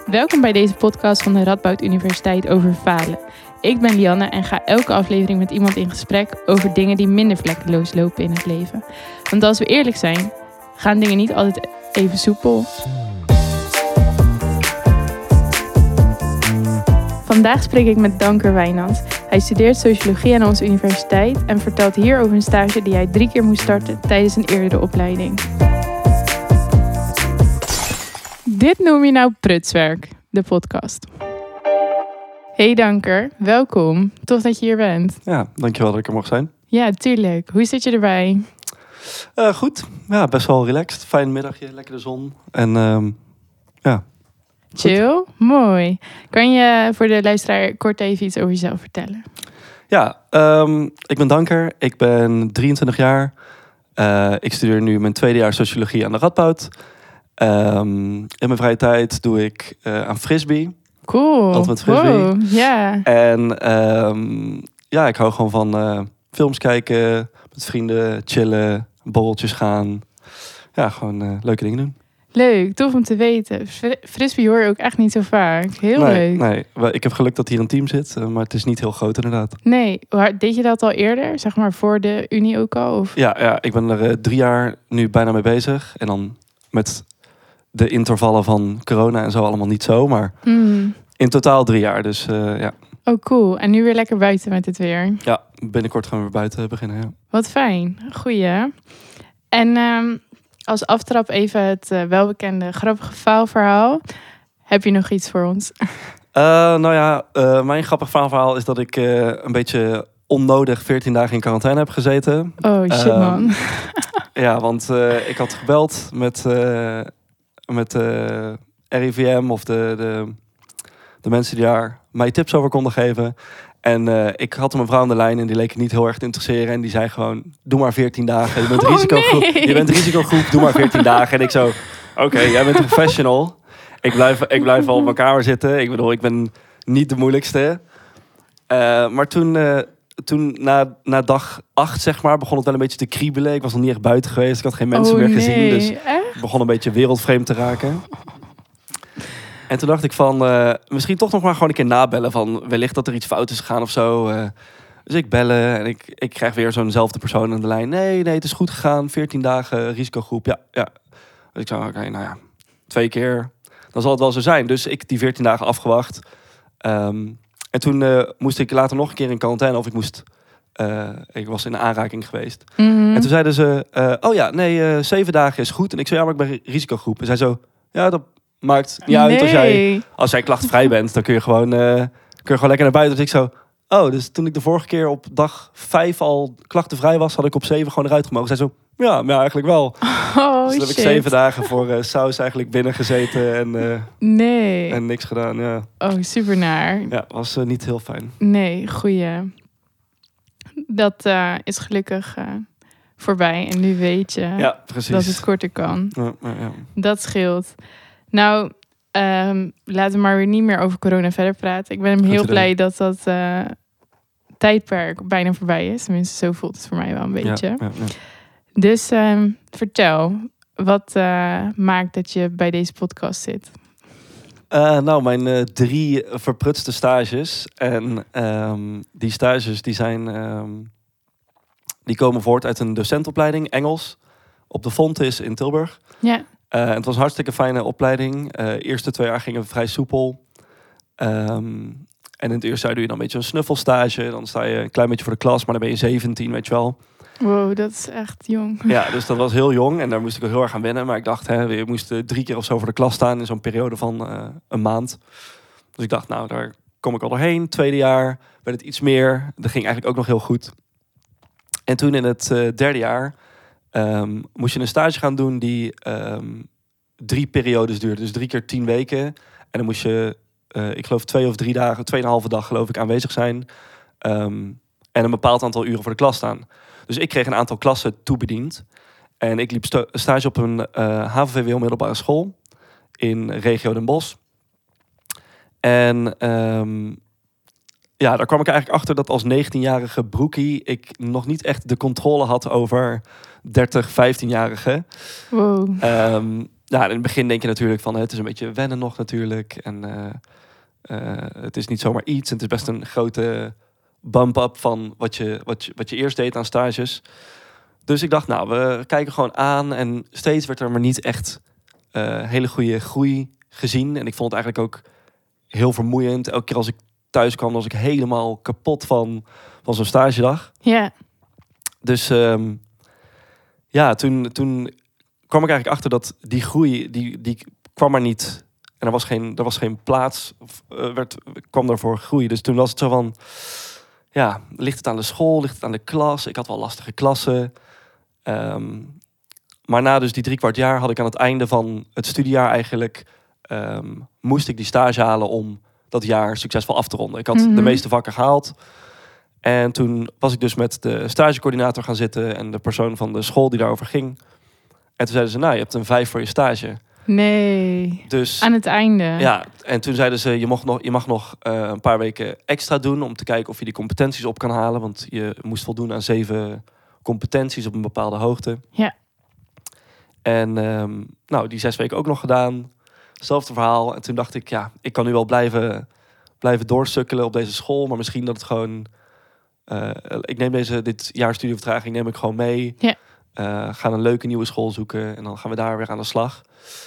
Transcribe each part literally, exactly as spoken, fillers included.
Welkom bij deze podcast van de Radboud Universiteit over falen. Ik ben Lianne en ga elke aflevering met iemand in gesprek over dingen die minder vlekkeloos lopen in het leven. Want als we eerlijk zijn, gaan dingen niet altijd even soepel. Vandaag spreek ik met Danker Wijnands. Hij studeert sociologie aan onze universiteit en vertelt hier over een stage die hij drie keer moest starten tijdens een eerdere opleiding. Dit noem je nou prutswerk, de podcast. Hey Danker, welkom. Tof dat je hier bent. Ja, dankjewel dat ik er mag zijn. Ja, tuurlijk. Hoe zit je erbij? Uh, goed, ja, best wel relaxed. Fijn middagje, lekker de zon. En um, ja. Chill, goed. Mooi. Kan je voor de luisteraar kort even iets over jezelf vertellen? Ja, um, ik ben Danker. Ik ben drieëntwintig jaar. Uh, ik studeer nu mijn tweede jaar sociologie aan de Radboud. Um, in mijn vrije tijd doe ik uh, aan frisbee. Cool. Altijd met frisbee. Wow, yeah. En um, ja, ik hou gewoon van uh, films kijken, met vrienden chillen, borreltjes gaan. Ja, gewoon uh, leuke dingen doen. Leuk, tof om te weten. Frisbee hoor je ook echt niet zo vaak. Heel nee, leuk. Nee, ik heb geluk dat hier een team zit, maar het is niet heel groot inderdaad. Nee, deed je dat al eerder? Zeg maar voor de Unie ook al? Of? Ja, ja, ik ben er uh, drie jaar nu bijna mee bezig. En dan met de intervallen van corona en zo allemaal niet zo. Maar mm. in totaal drie jaar, dus uh, ja. Oh, cool. En nu weer lekker buiten met het weer. Ja, binnenkort gaan we weer buiten beginnen, ja. Wat fijn. Goeie. En um, als aftrap even het uh, welbekende grappige faalverhaal. Heb je nog iets voor ons? Uh, nou ja, uh, mijn grappig faalverhaal is dat ik uh, een beetje onnodig veertien dagen in quarantaine heb gezeten. Oh, shit uh, man. Ja, want uh, ik had gebeld met, uh, met uh, R I V M of de, de, de mensen die daar mij tips over konden geven. En uh, ik had een mevrouw aan de lijn en die leek het niet heel erg te interesseren. En die zei gewoon, doe maar veertien dagen. Je bent oh, risicogroep, nee. je bent risicogroep, doe maar veertien dagen. En ik zo, oké, okay, jij bent een professional. Ik blijf, ik blijf wel op mijn kamer zitten. Ik bedoel, ik ben niet de moeilijkste. Uh, maar toen, uh, toen na, na dag acht, zeg maar, begon het wel een beetje te kriebelen. Ik was nog niet echt buiten geweest. Ik had geen mensen oh, meer nee. gezien. Dus echt? het begon een beetje wereldvreemd te raken. En toen dacht ik van, uh, misschien toch nog maar gewoon een keer nabellen van wellicht dat er iets fout is gegaan of zo. Uh, dus ik bellen en ik, ik krijg weer zo'nzelfde persoon aan de lijn. Nee, nee, het is goed gegaan. veertien dagen risicogroep. Ja, ja. Dus ik zei, oké, okay, nou ja, twee keer. Dan zal het wel zo zijn. Dus ik die veertien dagen afgewacht. Um, en toen uh, moest ik later nog een keer in quarantaine of ik moest... Uh, ik was in een aanraking geweest. Mm-hmm. En toen zeiden ze, uh, oh ja, nee, uh, zeven dagen is goed. En ik zei, ja, maar ik ben risicogroep. En zij zo, ja, dat... maakt niet uit. Nee. Als jij, als jij klachtenvrij bent, dan kun je gewoon, uh, kun je gewoon lekker naar buiten. Dus ik zo, oh, dus toen ik de vorige keer op dag vijf al klachtenvrij was, had ik op zeven gewoon eruit gemogen. Zij zo, ja, maar ja, eigenlijk wel. Oh, dus toen heb shit. ik zeven dagen voor uh, saus eigenlijk binnen gezeten en, uh, nee. en niks gedaan. Ja. Oh, super naar. Ja, was uh, niet heel fijn. Nee, goeie. Dat uh, is gelukkig uh, voorbij. En nu weet je ja, precies. dat het korter kan. Ja, ja, ja. Dat scheelt. Nou, um, laten we maar weer niet meer over corona verder praten. Ik ben heel blij dat dat uh, tijdperk bijna voorbij is. Tenminste, zo voelt het voor mij wel een beetje. Ja, ja, ja. Dus um, vertel, wat uh, maakt dat je bij deze podcast zit? Uh, nou, mijn uh, drie verprutste stages. En um, die stages die zijn, um, die komen voort uit een docentenopleiding Engels op de Fontys in Tilburg. Ja. Uh, het was een hartstikke fijne opleiding. Uh, de eerste twee jaar gingen we vrij soepel. Um, en in het eerste jaar doe je dan een beetje een snuffelstage. Dan sta je een klein beetje voor de klas, maar dan ben je zeventien, weet je wel. Wow, dat is echt jong. Ja, dus dat was heel jong en daar moest ik ook heel erg aan wennen. Maar ik dacht, hè, je moest uh, drie keer of zo voor de klas staan in zo'n periode van uh, een maand. Dus ik dacht, nou, daar kom ik al doorheen. Tweede jaar werd het iets meer. Dat ging eigenlijk ook nog heel goed. En toen in het uh, derde jaar um, moest je een stage gaan doen die um, drie periodes duurde. Dus drie keer tien weken. En dan moest je, uh, ik geloof twee of drie dagen, tweeënhalve dag geloof ik aanwezig zijn. Um, en een bepaald aantal uren voor de klas staan. Dus ik kreeg een aantal klassen toebediend. En ik liep sta- stage op een uh, H V V W O middelbare school in regio Den Bosch. En um, ja, daar kwam ik eigenlijk achter dat als negentienjarige broekie ik nog niet echt de controle had over dertig, vijftienjarigen. Wow. Um, ja, in het begin denk je natuurlijk van het is een beetje wennen nog natuurlijk. En uh, uh, het is niet zomaar iets. En het is best een grote bump-up van wat je, wat, je, wat je eerst deed aan stages. Dus ik dacht, nou, we kijken gewoon aan. En steeds werd er maar niet echt uh, hele goede groei gezien. En ik vond het eigenlijk ook heel vermoeiend. Elke keer als ik thuis kwam, was ik helemaal kapot van, van zo'n stagedag. Ja. Yeah. Dus um, ja, toen, toen kwam ik eigenlijk achter dat die groei, die, die kwam maar niet. En er was geen, er was geen plaats, uh, werd, kwam daarvoor groei. Dus toen was het zo van, ja, ligt het aan de school, ligt het aan de klas? Ik had wel lastige klassen. Um, maar na dus die drie kwart jaar had ik aan het einde van het studiejaar eigenlijk, um, moest ik die stage halen om dat jaar succesvol af te ronden. Ik had mm-hmm. de meeste vakken gehaald. En toen was ik dus met de stagecoördinator gaan zitten en de persoon van de school die daarover ging. En toen zeiden ze, nou, je hebt een vijf voor je stage. Nee, dus, aan het einde. Ja, en toen zeiden ze, je, mocht nog, je mag nog uh, een paar weken extra doen om te kijken of je die competenties op kan halen. Want je moest voldoen aan zeven competenties op een bepaalde hoogte. Ja. En um, nou, die zes weken ook nog gedaan. Hetzelfde verhaal. En toen dacht ik, ja, ik kan nu wel blijven, blijven doorsukkelen op deze school. Maar misschien dat het gewoon... Uh, ik neem deze, dit jaar studievertraging neem ik gewoon mee. Ja. Uh, gaan een leuke nieuwe school zoeken. En dan gaan we daar weer aan de slag.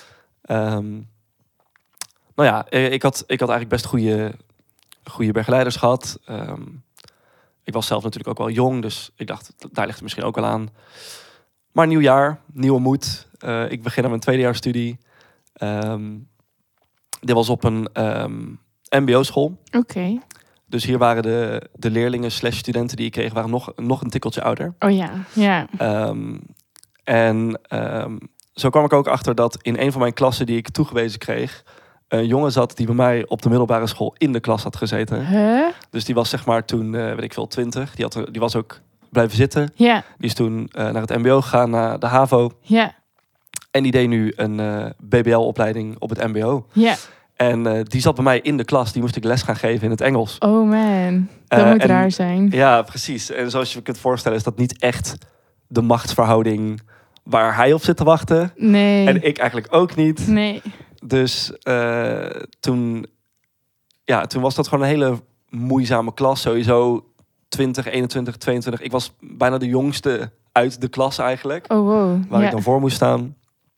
Um, nou ja, ik had, ik had eigenlijk best goede, goede begeleiders gehad. Um, ik was zelf natuurlijk ook wel jong. Dus ik dacht, daar ligt het misschien ook wel aan. Maar nieuw jaar, nieuwe moed. Uh, ik begin aan mijn tweedejaarsstudie. Um, dit was op een um, mbo-school. Oké. Okay. Dus hier waren de, de leerlingen slash studenten die ik kreeg... waren nog, nog een tikkeltje ouder. Oh ja, ja. Um, en um, zo kwam ik ook achter dat in een van mijn klassen die ik toegewezen kreeg... een jongen zat die bij mij op de middelbare school in de klas had gezeten. Huh? Dus die was zeg maar toen, uh, weet ik veel, twintig. Die, had, die was ook blijven zitten. Ja. Die is toen uh, naar het mbo gegaan, naar de HAVO. Ja. En die deed nu een uh, B B L-opleiding op het mbo. Ja. En uh, die zat bij mij in de klas. Die moest ik les gaan geven in het Engels. Oh man, dat uh, moet en, raar zijn. Ja, precies. En zoals je je kunt voorstellen is dat niet echt de machtsverhouding waar hij op zit te wachten. Nee. En ik eigenlijk ook niet. Nee. Dus uh, toen, ja, toen was dat gewoon een hele moeizame klas. Sowieso twintig, eenentwintig, tweeëntwintig. Ik was bijna de jongste uit de klas eigenlijk. Oh wow. Waar ja. ik dan voor moest staan.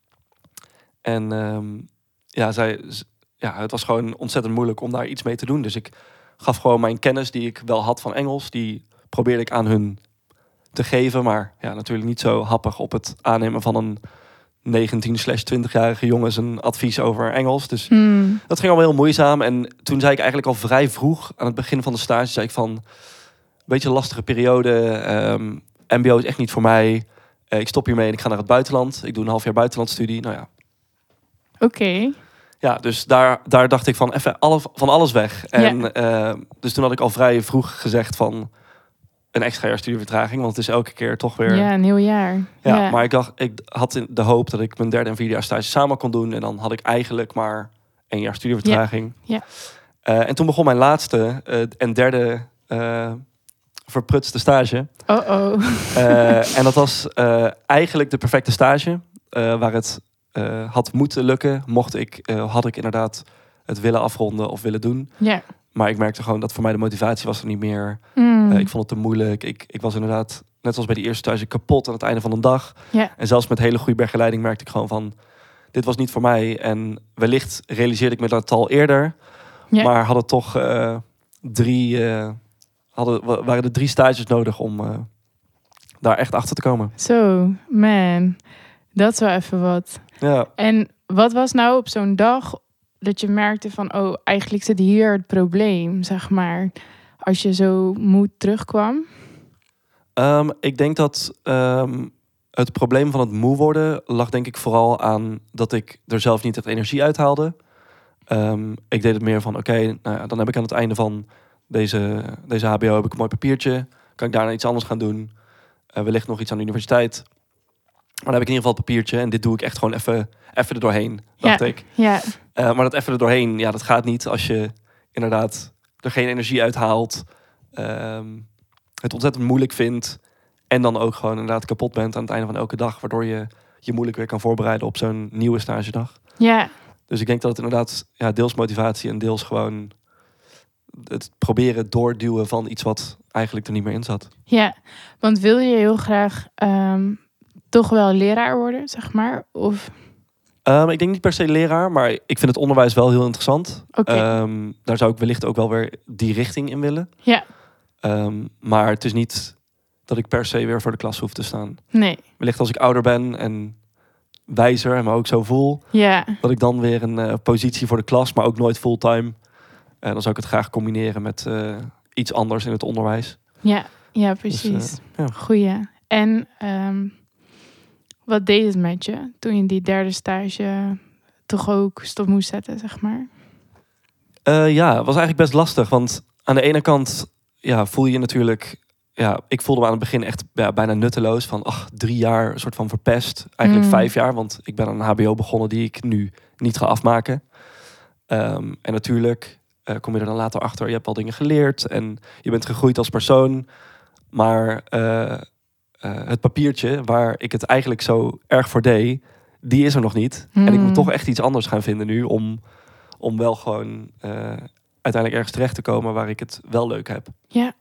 En um, ja, zij... Ja, het was gewoon ontzettend moeilijk om daar iets mee te doen. Dus ik gaf gewoon mijn kennis die ik wel had van Engels. Die probeerde ik aan hun te geven. Maar ja, natuurlijk niet zo happig op het aannemen van een negentien slash twintig-jarige jongen zijn advies over Engels. Dus hmm. dat ging al heel moeizaam. En toen zei ik eigenlijk al vrij vroeg aan het begin van de stage... zei ik van, een beetje een lastige periode. Um, mbo is echt niet voor mij. Uh, ik stop hiermee en ik ga naar het buitenland. Ik doe een half jaar buitenlandstudie. Nou ja. Oké. Okay. Ja, dus daar, daar dacht ik van even alle, van alles weg. En ja. uh, dus toen had ik al vrij vroeg gezegd van een extra jaar studievertraging. Want het is elke keer toch weer... Ja, een heel jaar. Ja, ja. maar ik dacht, ik had de hoop dat ik mijn derde en vierde jaar stage samen kon doen. En dan had ik eigenlijk maar één jaar studievertraging. Ja. Ja. Uh, en toen begon mijn laatste uh, en derde uh, verprutste stage. Oh oh. Uh, en dat was uh, eigenlijk de perfecte stage. Uh, waar het... Uh, had moeten lukken, mocht ik, uh, had ik inderdaad het willen afronden of willen doen. Ja. Maar ik merkte gewoon dat voor mij de motivatie was er niet meer. Mm. Uh, ik vond het te moeilijk. Ik, ik was inderdaad, net zoals bij die eerste stage, kapot aan het einde van een dag. Ja. En zelfs met hele goede begeleiding merkte ik gewoon van, dit was niet voor mij. En wellicht realiseerde ik me dat al eerder. Ja. Maar hadden toch uh, drie, uh, hadden, waren er drie stages nodig om uh, daar echt achter te komen. Zo, so, man. Dat is wel even wat. Ja. En wat was nou op zo'n dag dat je merkte van... oh, eigenlijk zit hier het probleem, zeg maar. Als je zo moe terugkwam? Um, ik denk dat um, het probleem van het moe worden... lag denk ik vooral aan dat ik er zelf niet echt energie uithaalde. Um, ik deed het meer van, oké, okay, nou ja, dan heb ik aan het einde van deze, deze H B O... heb ik een mooi papiertje. Kan ik daarna iets anders gaan doen? Uh, wellicht nog iets aan de universiteit... Maar dan heb ik in ieder geval het papiertje. En dit doe ik echt gewoon even, even er doorheen, dacht ja, ik. Ja. Uh, maar dat even er doorheen, ja, dat gaat niet als je inderdaad er geen energie uithaalt. Um, het ontzettend moeilijk vindt. En dan ook gewoon inderdaad kapot bent aan het einde van elke dag. Waardoor je je moeilijk weer kan voorbereiden op zo'n nieuwe stagedag. Ja. Dus ik denk dat het inderdaad ja, deels motivatie en deels gewoon het proberen doorduwen van iets wat eigenlijk er niet meer in zat. Ja, want wil je heel graag um, toch wel leraar worden, zeg maar? Of... Um, ik denk niet per se leraar, maar ik vind het onderwijs wel heel interessant. Okay. Um, daar zou ik wellicht ook wel weer die richting in willen. Ja. Um, maar het is niet dat ik per se weer voor de klas hoef te staan. Nee. Wellicht als ik ouder ben en wijzer en me ook zo voel, ja. dat ik dan weer een uh, positie voor de klas, maar ook nooit fulltime. En dan zou ik het graag combineren met uh, iets anders in het onderwijs. Ja, ja precies. Dus, uh, ja. Goeie. En um, wat deed het met je toen je die derde stage toch ook stop moest zetten, zeg maar? Uh, ja, het was eigenlijk best lastig. Want aan de ene kant ja, voel je je natuurlijk... Ja, ik voelde me aan het begin echt ja, bijna nutteloos. Van ach, drie jaar een soort van verpest. Eigenlijk mm. vijf jaar, want ik ben aan een H B O begonnen die ik nu niet ga afmaken. Um, en natuurlijk uh, kom je er dan later achter. Je hebt al dingen geleerd en je bent gegroeid als persoon. Maar uh, uh, het papiertje waar ik het eigenlijk zo erg voor deed, die is er nog niet. Mm. En ik moet toch echt iets anders gaan vinden nu om, om wel gewoon uh, uiteindelijk ergens terecht te komen waar ik het wel leuk heb. Ja.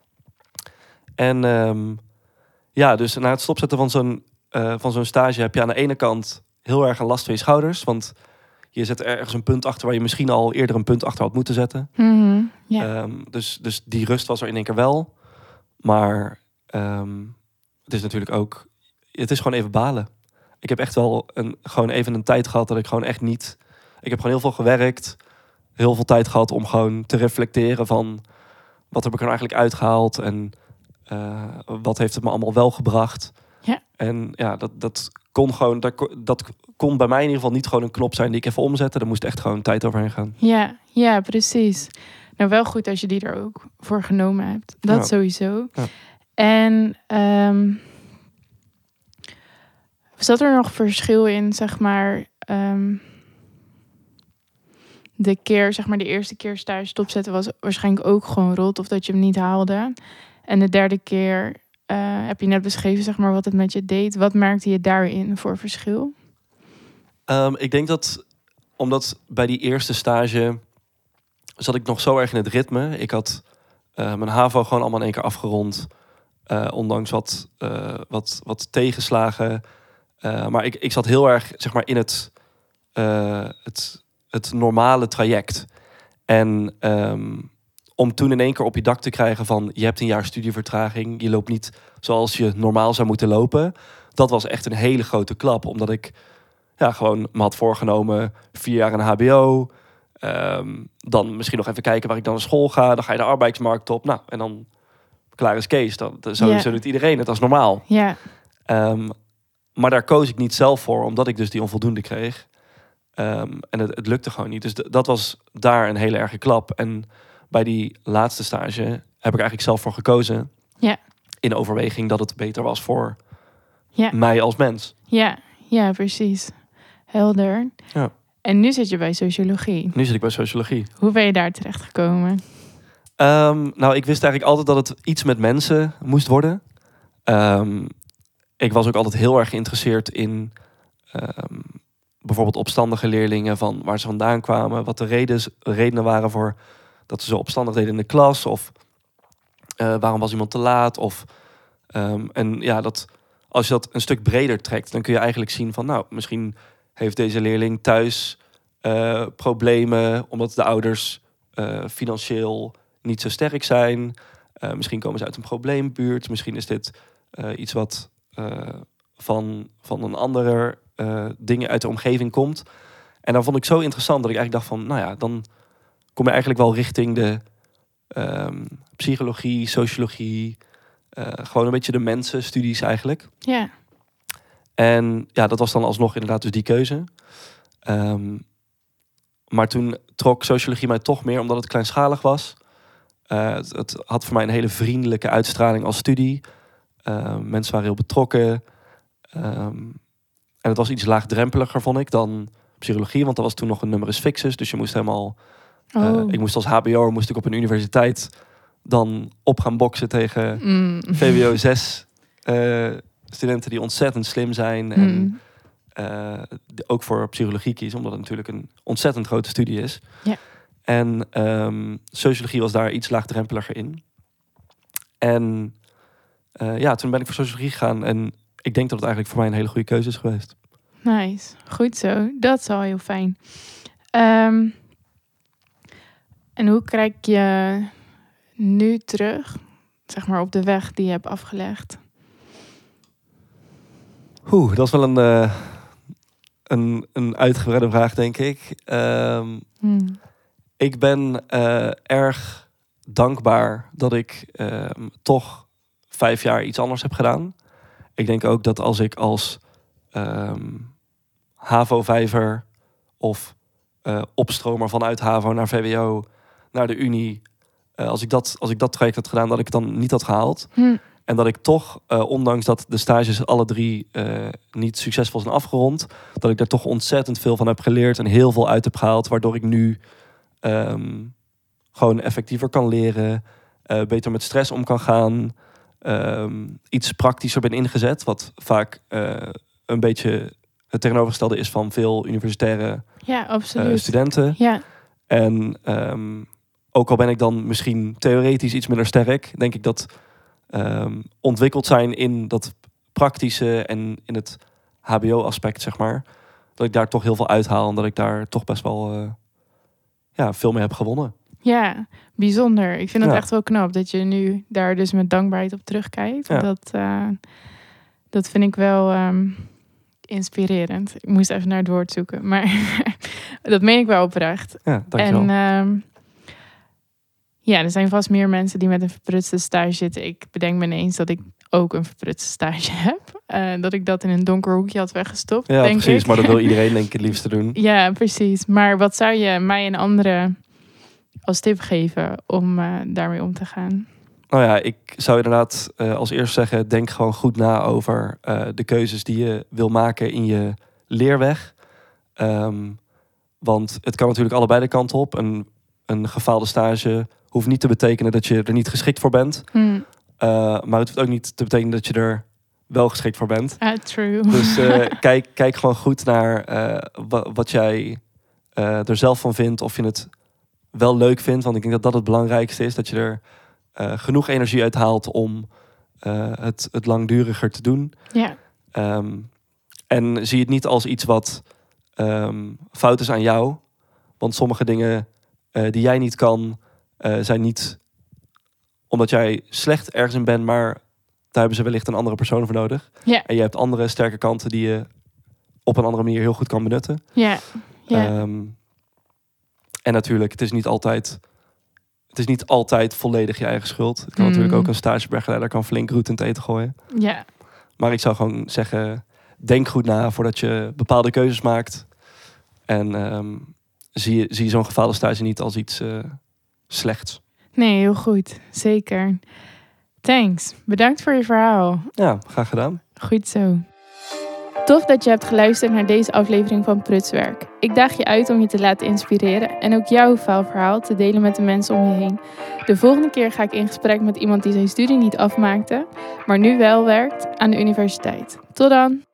En um, ja, dus na het stopzetten van zo'n, uh, van zo'n stage heb je aan de ene kant heel erg een last van je schouders. Want je zet ergens een punt achter waar je misschien al eerder een punt achter had moeten zetten. Mm-hmm. Yeah. Um, dus, dus die rust was er in één keer wel. Maar um, het is natuurlijk ook... Het is gewoon even balen. Ik heb echt wel een, gewoon even een tijd gehad dat ik gewoon echt niet... Ik heb gewoon heel veel gewerkt. Heel veel tijd gehad om gewoon te reflecteren van... Wat heb ik er nou eigenlijk uitgehaald? En uh, wat heeft het me allemaal wel gebracht? Ja. En ja, dat, dat kon gewoon... Dat, dat kon bij mij in ieder geval niet gewoon een knop zijn die ik even omzette. Daar moest echt gewoon tijd overheen gaan. Ja, ja, precies. Nou, wel goed als je die er ook voor genomen hebt. Dat ja. sowieso. Ja. En um, zat er nog verschil in, zeg maar... Um, de keer, zeg maar de eerste keer stage stopzetten was waarschijnlijk ook gewoon rot. Of dat je hem niet haalde. En de derde keer uh, heb je net beschreven, zeg maar, wat het met je deed. Wat merkte je daarin voor verschil? Um, ik denk dat, omdat bij die eerste stage zat ik nog zo erg in het ritme. Ik had uh, mijn HAVO gewoon allemaal in één keer afgerond. Uh, ondanks wat, uh, wat, wat tegenslagen. Uh, maar ik, ik zat heel erg, zeg maar, in het... Uh, het het normale traject. En um, om toen in één keer op je dak te krijgen van... je hebt een jaar studievertraging, je loopt niet zoals je normaal zou moeten lopen. Dat was echt een hele grote klap. Omdat ik ja, gewoon me had voorgenomen vier jaar een H B O. Um, dan misschien nog even kijken waar ik dan naar school ga. Dan ga je de arbeidsmarkt op. Nou, en dan klaar is Kees. Dan, zo, yeah. zo doet iedereen het als normaal. Yeah. Um, maar daar koos ik niet zelf voor, omdat ik dus die onvoldoende kreeg. Um, en het, het lukte gewoon niet. Dus d- dat was daar een hele erge klap. En bij die laatste stage heb ik eigenlijk zelf voor gekozen. Ja. In overweging dat het beter was voor ja. mij als mens. Ja, ja, precies. Helder. Ja. En nu zit je bij sociologie. Nu zit ik bij sociologie. Hoe ben je daar terecht gekomen? Um, nou, ik wist eigenlijk altijd dat het iets met mensen moest worden. Um, ik was ook altijd heel erg geïnteresseerd in... Um, bijvoorbeeld opstandige leerlingen, van waar ze vandaan kwamen, wat de redenen, redenen waren voor dat ze zo opstandig deden in de klas, of uh, waarom was iemand te laat, of um, en ja, dat als je dat een stuk breder trekt, dan kun je eigenlijk zien van, nou, misschien heeft deze leerling thuis uh, problemen, omdat de ouders uh, financieel niet zo sterk zijn. Uh, misschien komen ze uit een probleembuurt, misschien is dit uh, iets wat uh, van, van een andere Uh, dingen uit de omgeving komt. En dan vond ik zo interessant dat ik eigenlijk dacht van... nou ja, dan kom je eigenlijk wel richting de um, psychologie, sociologie... Uh, gewoon een beetje de mensenstudies eigenlijk. Ja. Yeah. En ja, dat was dan alsnog inderdaad dus die keuze. Um, maar toen trok sociologie mij toch meer, omdat het kleinschalig was. Uh, het, het had voor mij een hele vriendelijke uitstraling als studie. Uh, mensen waren heel betrokken... Um, En het was iets laagdrempeliger, vond ik, dan psychologie. Want dat was toen nog een numerus fixus. Dus je moest helemaal... Oh. Uh, ik moest als H B O'er moest ik op een universiteit dan op gaan boksen tegen mm. V W O zes uh, studenten die ontzettend slim zijn. Mm. En uh, ook voor psychologie kies, omdat het natuurlijk een ontzettend grote studie is. Ja. En um, sociologie was daar iets laagdrempeliger in. En uh, ja, toen ben ik voor sociologie gegaan en ik denk dat het eigenlijk voor mij een hele goede keuze is geweest. Nice, goed zo. Dat is al heel fijn. Um, en hoe kijk je nu terug, zeg maar, op de weg die je hebt afgelegd? Oeh, dat is wel een, uh, een, een uitgebreide vraag, denk ik. Um, hmm. Ik ben uh, erg dankbaar dat ik uh, toch vijf jaar iets anders heb gedaan. Ik denk ook dat als ik als um, HAVO-vijver of uh, opstromer vanuit HAVO naar V W O naar de Unie, uh, als, ik dat, als ik dat traject had gedaan, dat ik het dan niet had gehaald. Hmm. En dat ik toch, uh, ondanks dat de stages alle drie uh, niet succesvol zijn afgerond, dat ik daar toch ontzettend veel van heb geleerd en heel veel uit heb gehaald, waardoor ik nu um, gewoon effectiever kan leren, uh, beter met stress om kan gaan, um, iets praktischer ben ingezet, wat vaak uh, een beetje het tegenovergestelde is van veel universitaire ja, absoluut. Uh, studenten. Ja. En um, ook al ben ik dan misschien theoretisch iets minder sterk, denk ik dat um, ontwikkeld zijn in dat praktische en in het H B O-aspect, zeg maar, dat ik daar toch heel veel uithaal en dat ik daar toch best wel uh, ja, veel mee heb gewonnen. Ja, bijzonder. Ik vind het ja. echt wel knap dat je nu daar dus met dankbaarheid op terugkijkt. Ja. Dat, uh, dat vind ik wel um, inspirerend. Ik moest even naar het woord zoeken, maar dat meen ik wel oprecht. Ja, dankjewel. En um, ja, er zijn vast meer mensen die met een verprutste stage zitten. Ik bedenk me ineens dat ik ook een verprutste stage heb. Uh, dat ik dat in een donker hoekje had weggestopt, ja, denk precies. ik. Maar dat wil iedereen denk ik het liefste doen. Ja, precies. Maar wat zou je mij en anderen als tip geven om uh, daarmee om te gaan? Nou ja, ik zou inderdaad uh, als eerste zeggen, denk gewoon goed na over uh, de keuzes die je wil maken in je leerweg. Um, want het kan natuurlijk allebei de kant op. Een, een gefaalde stage hoeft niet te betekenen dat je er niet geschikt voor bent. Hmm. Uh, maar het hoeft ook niet te betekenen dat je er wel geschikt voor bent. Uh, true. Dus uh, kijk, kijk gewoon goed naar uh, wat, wat jij uh, er zelf van vindt. Of je het wel leuk vindt. Want ik denk dat dat het belangrijkste is. Dat je er uh, genoeg energie uit haalt om uh, het, het langduriger te doen. Ja. Um, en zie het niet als iets wat um, fout is aan jou. Want sommige dingen uh, die jij niet kan, uh, zijn niet omdat jij slecht ergens in bent, maar daar hebben ze wellicht een andere persoon voor nodig. Ja. En je hebt andere sterke kanten die je op een andere manier heel goed kan benutten. Ja. Ja. Um, en natuurlijk, het is niet altijd, het is niet altijd volledig je eigen schuld. Het kan mm. natuurlijk ook een stagebegeleider kan flink roet in het eten gooien. Ja. Maar ik zou gewoon zeggen, denk goed na voordat je bepaalde keuzes maakt. En um, zie, zie zo'n gefaalde stage niet als iets uh, slechts. Nee, heel goed. Zeker. Thanks. Bedankt voor je verhaal. Ja, graag gedaan. Goed zo. Tof dat je hebt geluisterd naar deze aflevering van Prutswerk. Ik daag je uit om je te laten inspireren en ook jouw faalverhaal te delen met de mensen om je heen. De volgende keer ga ik in gesprek met iemand die zijn studie niet afmaakte, maar nu wel werkt aan de universiteit. Tot dan!